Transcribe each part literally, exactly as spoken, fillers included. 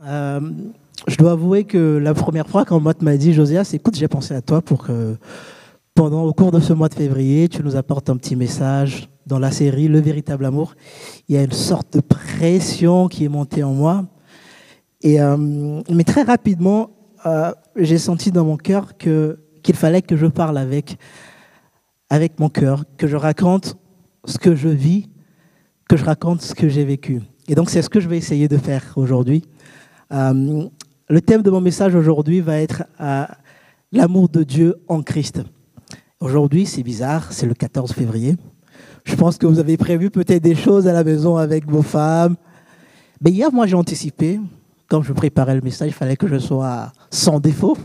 Euh, je dois avouer que la première fois, quand Motte m'a dit, Josias, écoute, j'ai pensé à toi pour que, pendant, au cours de ce mois de février, tu nous apportes un petit message dans la série Le véritable amour. Il y a une sorte de pression qui est montée en moi. Et, euh, mais très rapidement, euh, j'ai senti dans mon cœur que, qu'il fallait que je parle avec, avec mon cœur, que je raconte ce que je vis, que je raconte ce que j'ai vécu. Et donc, c'est ce que je vais essayer de faire aujourd'hui. Euh, le thème de mon message aujourd'hui va être euh, l'amour de Dieu en Christ. Aujourd'hui, c'est bizarre, c'est le quatorze février. Je pense que vous avez prévu peut-être des choses à la maison avec vos femmes. Mais hier, moi, j'ai anticipé. Quand je préparais le message, il fallait que je sois sans défaut.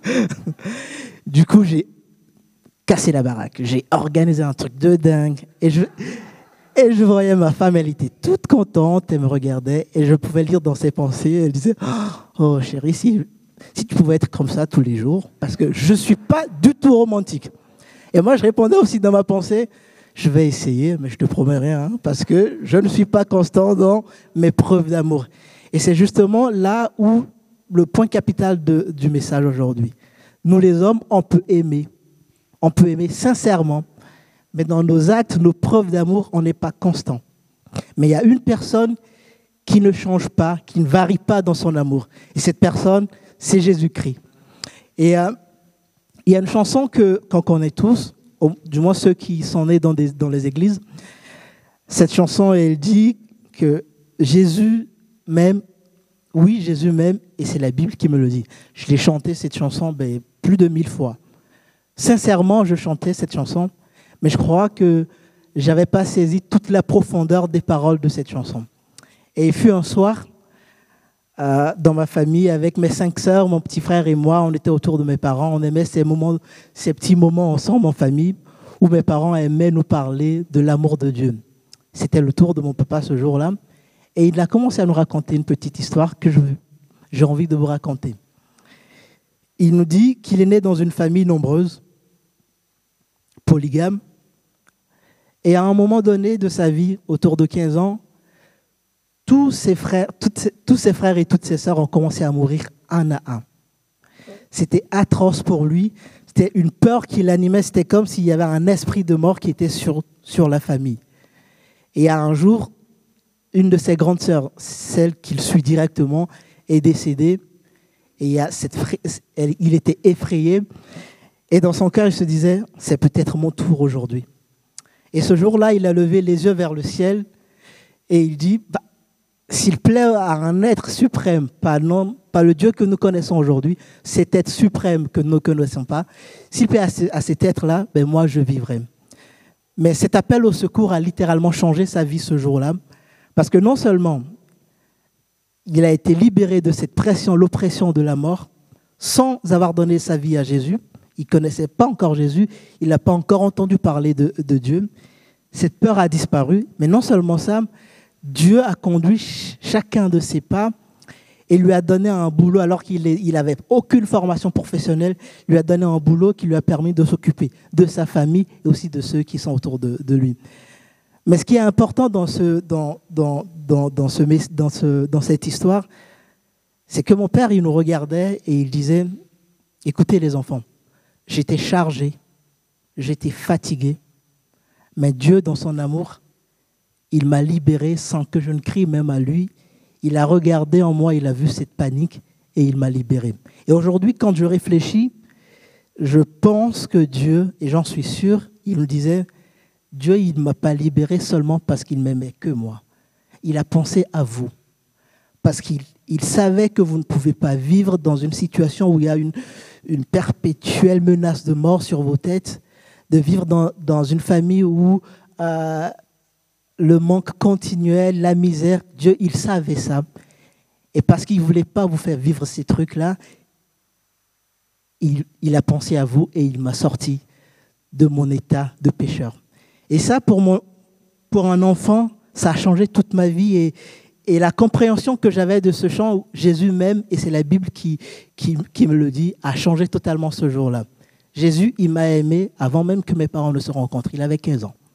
Du coup, j'ai cassé la baraque. J'ai organisé un truc de dingue. Et je... Et je voyais ma femme, elle était toute contente, elle me regardait et je pouvais lire dans ses pensées. Elle disait « Oh chérie, si, si tu pouvais être comme ça tous les jours, parce que je ne suis pas du tout romantique. » Et moi, je répondais aussi dans ma pensée « Je vais essayer, mais je ne te promets rien, hein, parce que je ne suis pas constant dans mes preuves d'amour. » Et c'est justement là où le point capital de, du message aujourd'hui. Nous les hommes, on peut aimer. On peut aimer sincèrement. Mais dans nos actes, nos preuves d'amour, on n'est pas constant. Mais il y a une personne qui ne change pas, qui ne varie pas dans son amour. Et cette personne, c'est Jésus-Christ. Et euh, il y a une chanson que, qu'on connaît tous, au, du moins ceux qui sont nés dans, des, dans les églises. Cette chanson, elle dit que Jésus m'aime. Oui, Jésus m'aime, et c'est la Bible qui me le dit. Je l'ai chanté, cette chanson, ben, plus de mille fois. Sincèrement, je chantais cette chanson. Mais je crois que je n'avais pas saisi toute la profondeur des paroles de cette chanson. Et il fut un soir, euh, dans ma famille, avec mes cinq sœurs, mon petit frère et moi, on était autour de mes parents. On aimait ces moments, ces petits moments ensemble en famille, où mes parents aimaient nous parler de l'amour de Dieu. C'était le tour de mon papa ce jour-là. Et il a commencé à nous raconter une petite histoire que je, j'ai envie de vous raconter. Il nous dit qu'il est né dans une famille nombreuse, polygame. Et à un moment donné de sa vie, autour de quinze ans, tous ses frères, ses, tous ses frères et toutes ses sœurs ont commencé à mourir un à un. C'était atroce pour lui. C'était une peur qui l'animait. C'était comme s'il y avait un esprit de mort qui était sur, sur la famille. Et un jour, une de ses grandes sœurs, celle qu'il suit directement, est décédée. Et il, y a cette, elle, il était effrayé. Et dans son cœur, il se disait, c'est peut-être mon tour aujourd'hui. Et ce jour-là, il a levé les yeux vers le ciel et il dit, bah, s'il plaît à un être suprême, pas, non, pas le Dieu que nous connaissons aujourd'hui, cet être suprême que nous ne connaissons pas, s'il plaît à, ce, à cet être-là, ben moi je vivrai. Mais cet appel au secours a littéralement changé sa vie ce jour-là, parce que non seulement il a été libéré de cette pression, l'oppression de la mort, sans avoir donné sa vie à Jésus. Il ne connaissait pas encore Jésus, il n'a pas encore entendu parler de, de Dieu. Cette peur a disparu, mais non seulement ça, Dieu a conduit ch- chacun de ses pas et lui a donné un boulot, alors qu'il n'avait aucune formation professionnelle, lui a donné un boulot qui lui a permis de s'occuper de sa famille et aussi de ceux qui sont autour de, de lui. Mais ce qui est important dans, ce, dans, dans, dans, dans, ce, dans, ce, dans cette histoire, c'est que mon père, il nous regardait et il disait, écoutez les enfants, j'étais chargé, j'étais fatigué, mais Dieu, dans son amour, il m'a libéré sans que je ne crie même à lui. Il a regardé en moi, il a vu cette panique et il m'a libéré. Et aujourd'hui, quand je réfléchis, je pense que Dieu, et j'en suis sûr, il nous disait, Dieu, il ne m'a pas libéré seulement parce qu'il m'aimait que moi. Il a pensé à vous. Parce qu'il il savait que vous ne pouvez pas vivre dans une situation où il y a une, une perpétuelle menace de mort sur vos têtes, de vivre dans, dans une famille où euh, le manque continuel, la misère, Dieu, il savait ça. Et parce qu'il ne voulait pas vous faire vivre ces trucs-là, il, il a pensé à vous et il m'a sorti de mon état de pécheur. Et ça, pour, mon, pour un enfant, ça a changé toute ma vie. Et, et la compréhension que j'avais de ce chant, où Jésus m'aime, et c'est la Bible qui, qui, qui me le dit, a changé totalement ce jour-là. Jésus, il m'a aimé avant même que mes parents ne se rencontrent. Il avait quinze ans.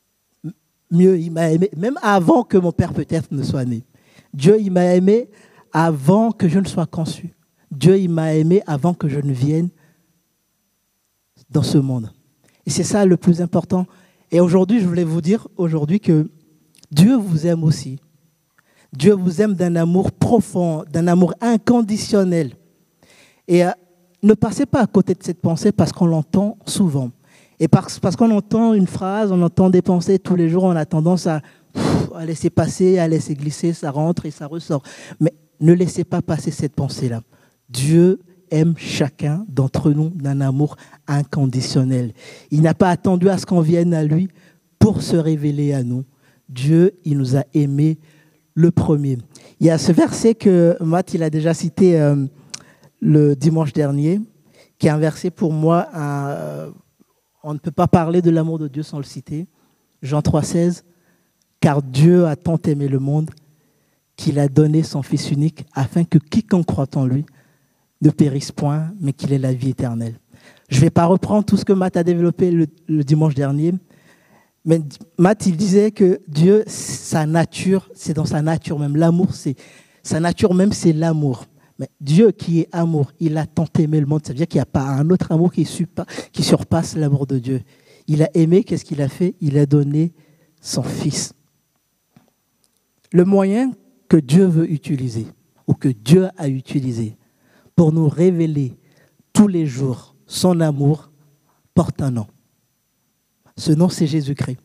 Mieux, il m'a aimé, même avant que mon père peut-être ne soit né. Dieu, il m'a aimé avant que je ne sois conçu. Dieu, il m'a aimé avant que je ne vienne dans ce monde. Et c'est ça le plus important. Et aujourd'hui, je voulais vous dire aujourd'hui que Dieu vous aime aussi. Dieu vous aime d'un amour profond, d'un amour inconditionnel. Et euh, ne passez pas à côté de cette pensée parce qu'on l'entend souvent. Et parce, parce qu'on entend une phrase, on entend des pensées tous les jours, on a tendance à, pff, à laisser passer, à laisser glisser, ça rentre et ça ressort. Mais ne laissez pas passer cette pensée-là. Dieu aime chacun d'entre nous d'un amour inconditionnel. Il n'a pas attendu à ce qu'on vienne à lui pour se révéler à nous. Dieu, il nous a aimés le premier. Il y a ce verset que Matt, il a déjà cité euh, le dimanche dernier, qui est un verset pour moi, euh, on ne peut pas parler de l'amour de Dieu sans le citer. Jean trois seize, car Dieu a tant aimé le monde qu'il a donné son Fils unique afin que quiconque croit en lui ne périsse point, mais qu'il ait la vie éternelle. Je ne vais pas reprendre tout ce que Matt a développé le, le dimanche dernier, mais Matt, il disait que Dieu, sa nature, c'est dans sa nature même. L'amour, c'est sa nature même, c'est l'amour. Mais Dieu qui est amour, il a tant aimé le monde. Ça veut dire qu'il n'y a pas un autre amour qui, qui surpasse l'amour de Dieu. Il a aimé, qu'est-ce qu'il a fait? Il a donné son Fils. Le moyen que Dieu veut utiliser, ou que Dieu a utilisé, pour nous révéler tous les jours son amour, porte un nom. Ce nom, c'est Jésus-Christ.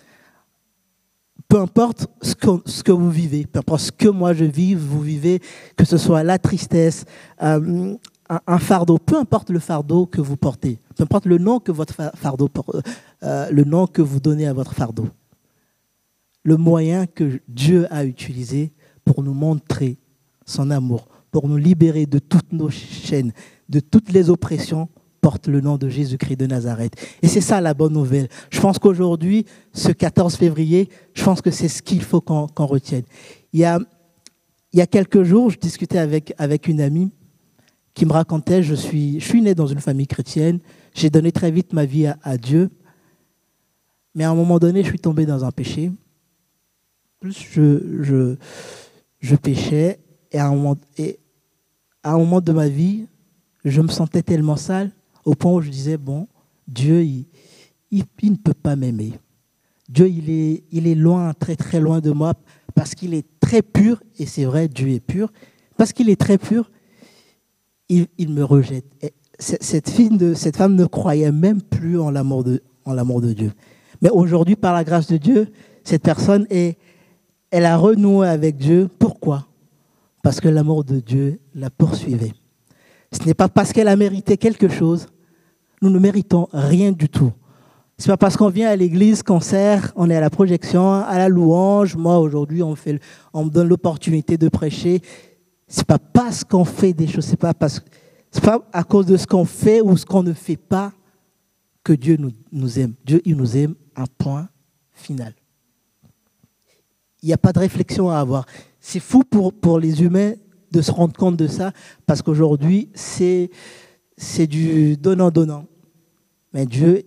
Peu importe ce que, ce que vous vivez, peu importe ce que moi je vis, vous vivez, que ce soit la tristesse, euh, un, un fardeau, peu importe le fardeau que vous portez, peu importe le nom que votre fardeau porte, euh, le nom que vous donnez à votre fardeau. Le moyen que Dieu a utilisé pour nous montrer son amour, pour nous libérer de toutes nos chaînes, de toutes les oppressions, porte le nom de Jésus-Christ de Nazareth. Et c'est ça la bonne nouvelle. Je pense qu'aujourd'hui, ce quatorze février, je pense que c'est ce qu'il faut qu'on, qu'on retienne. Il y, a, il y a quelques jours, je discutais avec, avec une amie qui me racontait, je suis, je suis né dans une famille chrétienne, j'ai donné très vite ma vie à, à Dieu, mais à un moment donné, je suis tombé dans un péché. Plus je, je, je péchais, et à, un moment, et à un moment de ma vie, je me sentais tellement sale, au point où je disais, bon, Dieu, il, il, il ne peut pas m'aimer. Dieu, il est, il est loin, très très loin de moi, parce qu'il est très pur, et c'est vrai, Dieu est pur. Parce qu'il est très pur, il, il me rejette. Et cette, fille de, cette femme ne croyait même plus en l'amour de, en l'amour de Dieu. Mais aujourd'hui, par la grâce de Dieu, cette personne, est, elle a renoué avec Dieu. Pourquoi? Parce que l'amour de Dieu la poursuivait. Ce n'est pas parce qu'elle a mérité quelque chose. Nous ne méritons rien du tout. Ce n'est pas parce qu'on vient à l'église, qu'on sert, on est à la projection, à la louange. Moi, aujourd'hui, on, fait, on me donne l'opportunité de prêcher. Ce n'est pas parce qu'on fait des choses, ce n'est pas, parce, c'est pas à cause de ce qu'on fait ou ce qu'on ne fait pas que Dieu nous, nous aime. Dieu, il nous aime, un point final. Il n'y a pas de réflexion à avoir. C'est fou pour, pour les humains de se rendre compte de ça, parce qu'aujourd'hui, c'est, c'est du donnant-donnant. Mais Dieu,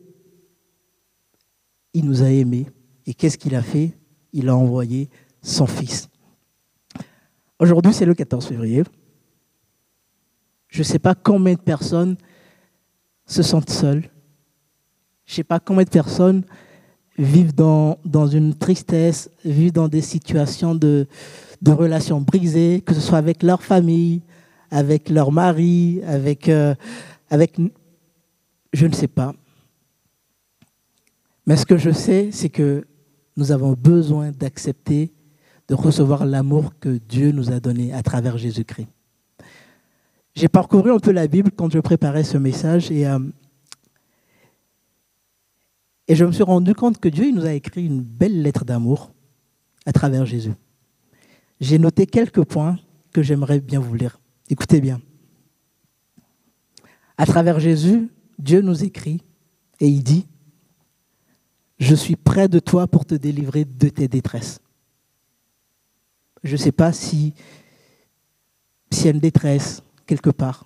il nous a aimés. Et qu'est-ce qu'il a fait? Il a envoyé son Fils. Aujourd'hui, c'est le quatorze février. Je ne sais pas combien de personnes se sentent seules. Je ne sais pas combien de personnes vivent dans, dans une tristesse, vivent dans des situations de, de relations brisées, que ce soit avec leur famille, avec leur mari, avec, euh, avec... Je ne sais pas. Mais ce que je sais, c'est que nous avons besoin d'accepter, de recevoir l'amour que Dieu nous a donné à travers Jésus-Christ. J'ai parcouru un peu la Bible quand je préparais ce message et, euh, et je me suis rendu compte que Dieu il nous a écrit une belle lettre d'amour à travers Jésus. J'ai noté quelques points que j'aimerais bien vous lire. Écoutez bien. À travers Jésus, Dieu nous écrit et il dit « Je suis près de toi pour te délivrer de tes détresses. » Je ne sais pas si, s'il y a une détresse quelque part.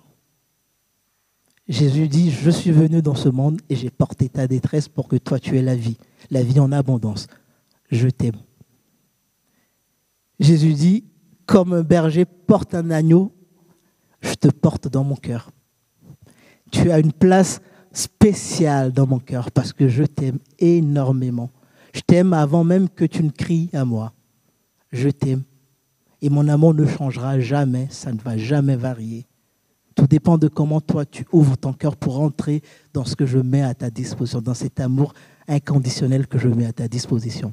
Jésus dit, je suis venu dans ce monde et j'ai porté ta détresse pour que toi tu aies la vie, la vie en abondance. Je t'aime. Jésus dit, Comme un berger porte un agneau, je te porte dans mon cœur. Tu as une place spéciale dans mon cœur parce que je t'aime énormément. Je t'aime avant même que tu ne cries à moi. Je t'aime. Et mon amour ne changera jamais, ça ne va jamais varier. Tout dépend de comment toi tu ouvres ton cœur pour entrer dans ce que je mets à ta disposition, dans cet amour inconditionnel que je mets à ta disposition.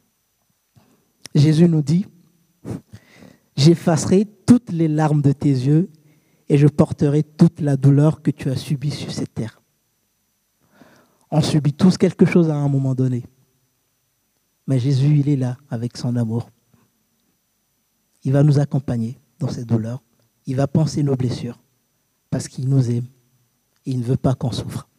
Jésus nous dit, j'effacerai toutes les larmes de tes yeux et je porterai toute la douleur que tu as subie sur cette terre. On subit tous quelque chose à un moment donné. Mais Jésus, il est là avec son amour. Il va nous accompagner dans cette douleur. Il va penser nos blessures parce qu'il nous aime et il ne veut pas qu'on souffre.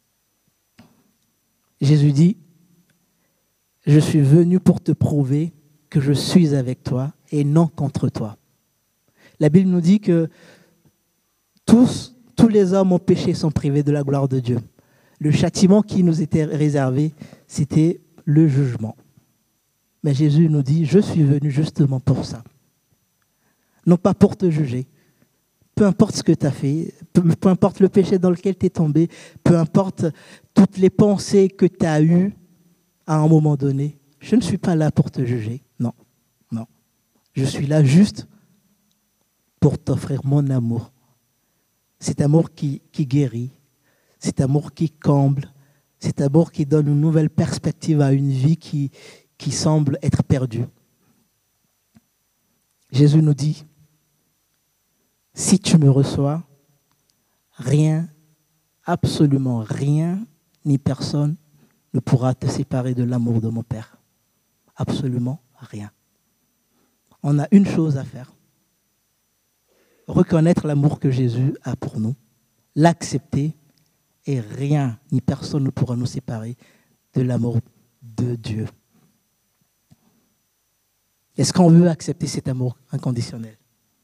Jésus dit, je suis venu pour te prouver que je suis avec toi et non contre toi. La Bible nous dit que tous, tous les hommes ont péché et sont privés de la gloire de Dieu. Le châtiment qui nous était réservé, c'était le jugement. Mais Jésus nous dit, je suis venu justement pour ça. Non pas pour te juger. Peu importe ce que tu as fait, peu, peu importe le péché dans lequel tu es tombé, peu importe toutes les pensées que tu as eues à un moment donné, je ne suis pas là pour te juger. Non, non. Je suis là juste pour t'offrir mon amour. Cet amour qui, qui guérit, cet amour qui comble, cet amour qui donne une nouvelle perspective à une vie qui, qui semble être perdue. Jésus nous dit, si tu me reçois, rien, absolument rien, ni personne ne pourra te séparer de l'amour de mon Père. Absolument rien. On a une chose à faire. Reconnaître l'amour que Jésus a pour nous, l'accepter, et rien ni personne ne pourra nous séparer de l'amour de Dieu. Est-ce qu'on veut accepter cet amour inconditionnel?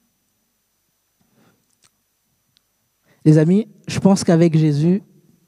Les amis, je pense qu'avec Jésus,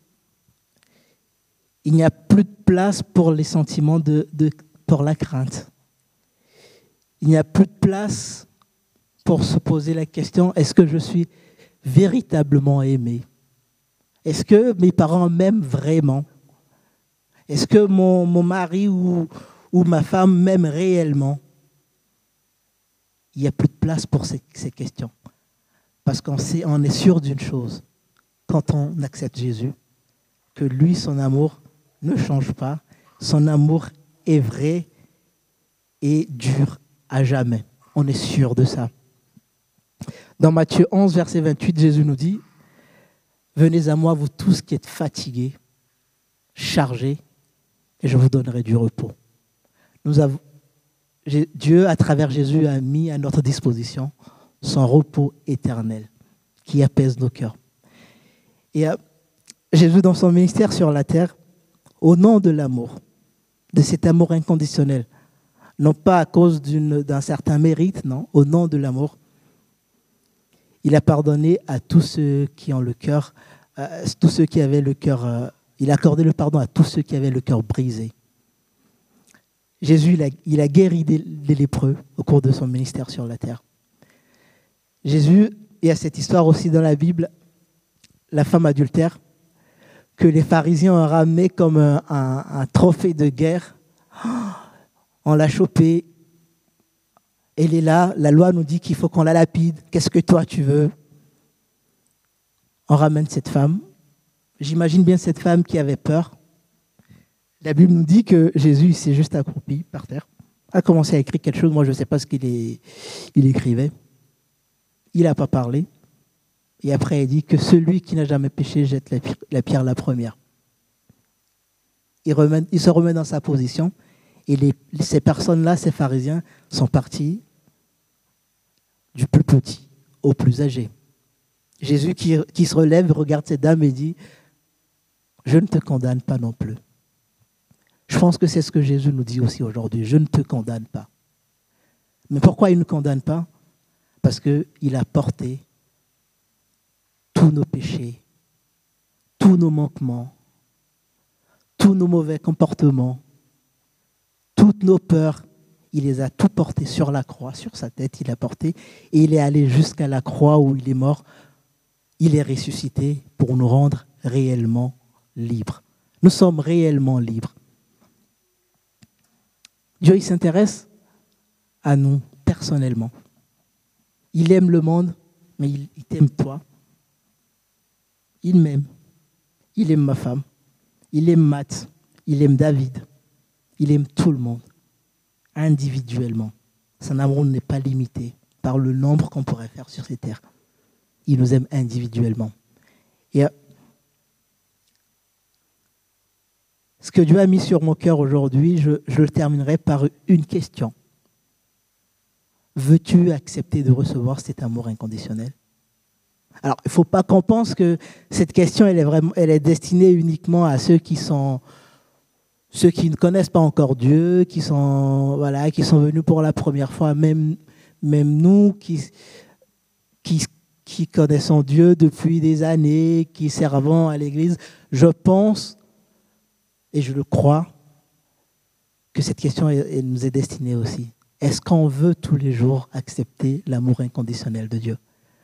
il n'y a plus de place pour les sentiments, de, de, pour la crainte. Il n'y a plus de place pour se poser la question, est-ce que je suis véritablement aimé? Est-ce que mes parents m'aiment vraiment? Est-ce que mon, mon mari ou, ou ma femme m'aime réellement? Il n'y a plus de place pour ces, ces questions. Parce qu'on sait, on est sûr d'une chose, quand on accepte Jésus, que lui, son amour ne change pas, son amour est vrai et dure à jamais. On est sûr de ça. Dans Matthieu onze, verset vingt-huit, Jésus nous dit, « Venez à moi, vous tous qui êtes fatigués, chargés, et je vous donnerai du repos. » Nous avons, Dieu, à travers Jésus, a mis à notre disposition son repos éternel qui apaise nos cœurs. Et euh, Jésus, dans son ministère sur la terre, au nom de l'amour, de cet amour inconditionnel, non pas à cause d'une, d'un certain mérite, non, au nom de l'amour, il a pardonné à tous ceux qui ont le cœur, euh, tous ceux qui avaient le cœur, euh, il a accordé le pardon à tous ceux qui avaient le cœur brisé. Jésus, il a, il a guéri des, des lépreux au cours de son ministère sur la terre. Jésus, il y a cette histoire aussi dans la Bible, la femme adultère, que les pharisiens ont ramené comme un, un, un trophée de guerre. On l'a chopée. Elle est là, la loi nous dit qu'il faut qu'on la lapide. Qu'est-ce que toi tu veux? On ramène cette femme. J'imagine bien cette femme qui avait peur. La Bible nous dit que Jésus s'est juste accroupi par terre, a commencé à écrire quelque chose. Moi, je ne sais pas ce qu'il est, il écrivait. Il n'a pas parlé. Et après, il dit que celui qui n'a jamais péché jette la pierre, la pierre la première. Il, remet, il se remet dans sa position. Et les, ces personnes-là, ces pharisiens, sont partis du plus petit au plus âgé. Jésus qui, qui se relève, regarde cette dame et dit « Je ne te condamne pas non plus ». Je pense que c'est ce que Jésus nous dit aussi aujourd'hui. Je ne te condamne pas. Mais pourquoi il ne nous condamne pas? Parce qu'il a porté tous nos péchés, tous nos manquements, tous nos mauvais comportements, toutes nos peurs. Il les a tout portés sur la croix, sur sa tête, il a porté, et il est allé jusqu'à la croix où il est mort. Il est ressuscité pour nous rendre réellement libres. Nous sommes réellement libres. Dieu, il s'intéresse à nous personnellement. Il aime le monde, mais il, il t'aime toi. Il m'aime. Il aime ma femme. Il aime Matt. Il aime David. Il aime tout le monde, individuellement. Son amour n'est pas limité par le nombre qu'on pourrait faire sur cette terre. Il nous aime individuellement. Et ce que Dieu a mis sur mon cœur aujourd'hui, je, je le terminerai par une question. Veux-tu accepter de recevoir cet amour inconditionnel? Alors, il ne faut pas qu'on pense que cette question, elle est, vraiment, elle est destinée uniquement à ceux qui sont, ceux qui ne connaissent pas encore Dieu, qui sont, voilà, qui sont venus pour la première fois, même, même nous qui, qui, qui connaissons Dieu depuis des années, qui servons à l'Église. Je pense, et je le crois, que cette question elle, elle nous est destinée aussi. Est-ce qu'on veut tous les jours accepter l'amour inconditionnel de Dieu?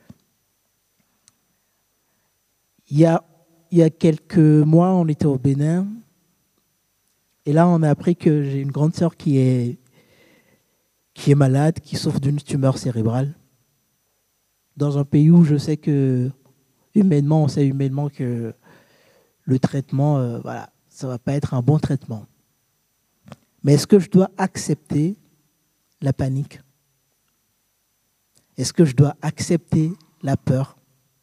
Il y a, il y a quelques mois, on était au Bénin. Et là, on a appris que j'ai une grande sœur qui est, qui est malade, qui souffre d'une tumeur cérébrale. Dans un pays où je sais que, humainement, on sait humainement que le traitement, euh, voilà, ça ne va pas être un bon traitement. Mais est-ce que je dois accepter la panique? Est-ce que je dois accepter la peur?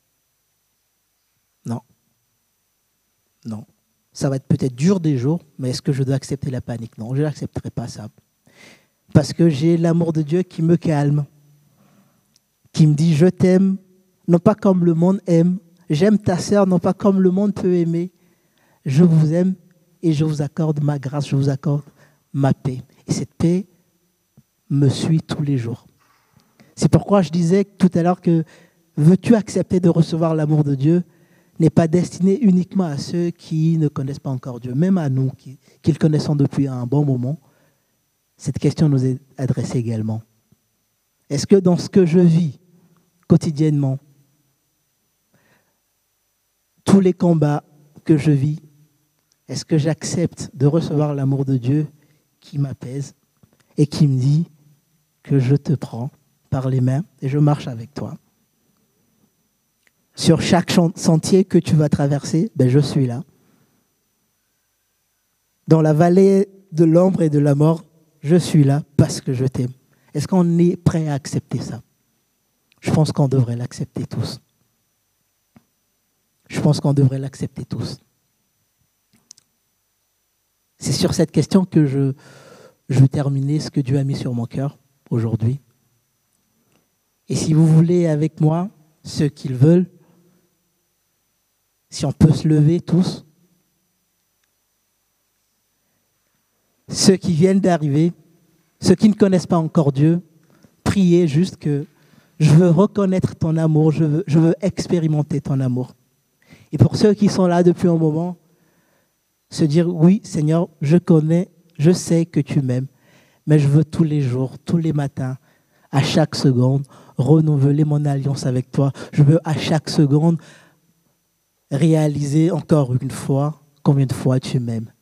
Non. Non. Ça va être peut-être dur des jours, mais est-ce que je dois accepter la panique? Non, je n'accepterai pas ça. Parce que j'ai l'amour de Dieu qui me calme, qui me dit « je t'aime », non pas comme le monde aime. J'aime ta sœur, non pas comme le monde peut aimer. Je vous aime et je vous accorde ma grâce, je vous accorde ma paix. Et cette paix me suit tous les jours. C'est pourquoi je disais tout à l'heure que veux-tu accepter de recevoir l'amour de Dieu n'est pas destiné uniquement à ceux qui ne connaissent pas encore Dieu, même à nous qui, qui le connaissons depuis un bon moment. Cette question nous est adressée également. Est-ce que dans ce que je vis quotidiennement, tous les combats que je vis, est-ce que j'accepte de recevoir l'amour de Dieu qui m'apaise et qui me dit que je te prends par les mains et je marche avec toi? Sur chaque sentier que tu vas traverser, ben je suis là. Dans la vallée de l'ombre et de la mort, je suis là parce que je t'aime. Est-ce qu'on est prêt à accepter ça? Je pense qu'on devrait l'accepter tous. Je pense qu'on devrait l'accepter tous. C'est sur cette question que je, je vais terminer ce que Dieu a mis sur mon cœur aujourd'hui. Et si vous voulez avec moi, ceux qui le veulent, si on peut se lever tous, ceux qui viennent d'arriver, ceux qui ne connaissent pas encore Dieu, priez juste que je veux reconnaître ton amour, je veux, je veux expérimenter ton amour. Et pour ceux qui sont là depuis un moment, se dire oui Seigneur, je connais, je sais que tu m'aimes, mais je veux tous les jours, tous les matins, à chaque seconde, renouveler mon alliance avec toi. Je veux à chaque seconde réaliser encore une fois combien de fois tu m'aimes.